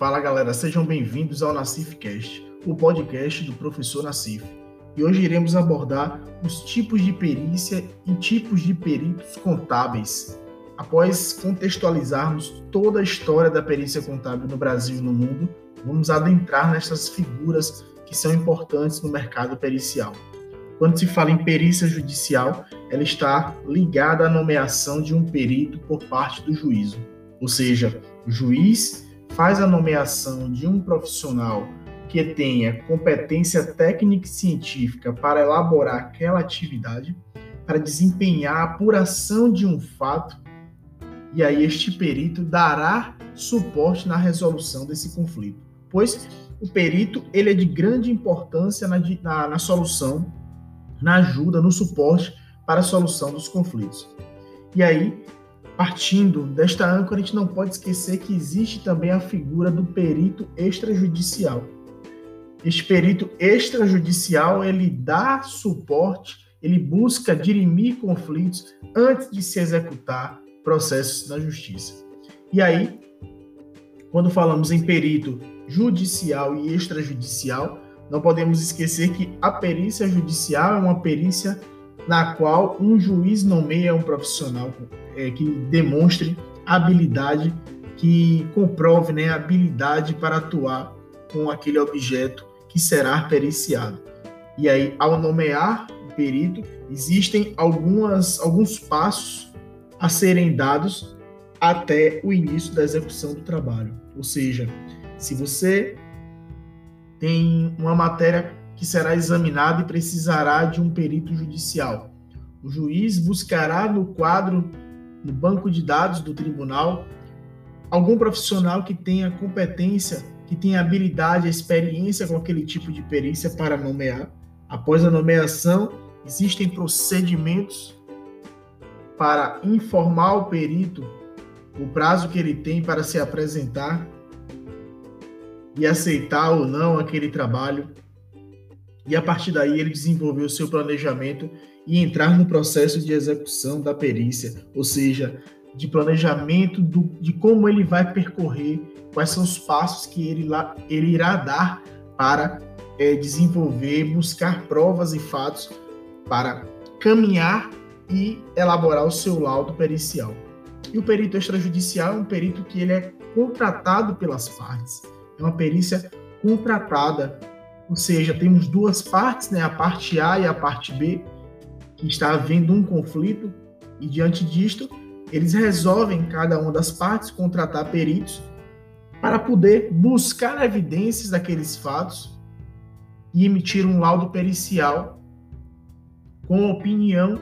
Fala galera, sejam bem-vindos ao NaCifCast, o podcast do professor Nacif. E hoje iremos abordar os tipos de perícia e tipos de peritos contábeis. Após contextualizarmos toda a história da perícia contábil no Brasil e no mundo, vamos adentrar nessas figuras que são importantes no mercado pericial. Quando se fala em perícia judicial, ela está ligada à nomeação de um perito por parte do juízo. Ou seja, o juiz faz a nomeação de um profissional que tenha competência técnica e científica para elaborar aquela atividade, para desempenhar a apuração de um fato, e aí este perito dará suporte na resolução desse conflito. Pois o perito ele é de grande importância na solução, na ajuda, no suporte para a solução dos conflitos. E aí, partindo desta âncora, a gente não pode esquecer que existe também a figura do perito extrajudicial. Este perito extrajudicial, ele dá suporte, ele busca dirimir conflitos antes de se executar processos na justiça. E aí, quando falamos em perito judicial e extrajudicial, não podemos esquecer que a perícia judicial é uma perícia na qual um juiz nomeia um profissional que demonstre habilidade, que comprove habilidade para atuar com aquele objeto que será periciado. E aí, ao nomear o perito, existem alguns passos a serem dados até o início da execução do trabalho. Ou seja, se você tem uma matéria que será examinada e precisará de um perito judicial, o juiz buscará no quadro, no banco de dados do tribunal, algum profissional que tenha competência, que tenha habilidade, experiência com aquele tipo de perícia para nomear. Após a nomeação, existem procedimentos para informar o perito o prazo que ele tem para se apresentar e aceitar ou não aquele trabalho. E a partir daí ele desenvolver o seu planejamento e entrar no processo de execução da perícia, ou seja, de planejamento de como ele vai percorrer, quais são os passos que ele irá dar para desenvolver, buscar provas e fatos para caminhar e elaborar o seu laudo pericial. E o perito extrajudicial é um perito que ele é contratado pelas partes. É uma perícia contratada, ou seja, temos duas partes, a parte A e a parte B, que está havendo um conflito, e diante disto, eles resolvem, cada uma das partes, contratar peritos para poder buscar evidências daqueles fatos e emitir um laudo pericial com opinião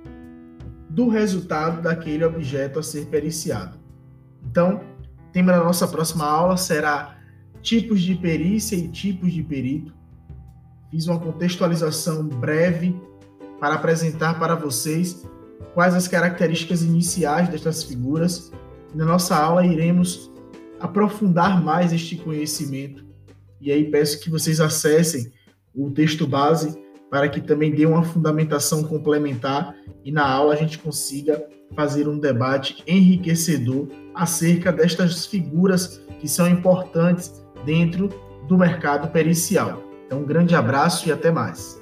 do resultado daquele objeto a ser periciado. Então, o tema da nossa próxima aula será tipos de perícia e tipos de perito. Fiz uma contextualização breve para apresentar para vocês quais as características iniciais destas figuras. Na nossa aula iremos aprofundar mais este conhecimento. E aí peço que vocês acessem o texto base para que também dê uma fundamentação complementar e na aula a gente consiga fazer um debate enriquecedor acerca destas figuras que são importantes dentro do mercado pericial. Então, um grande abraço e até mais.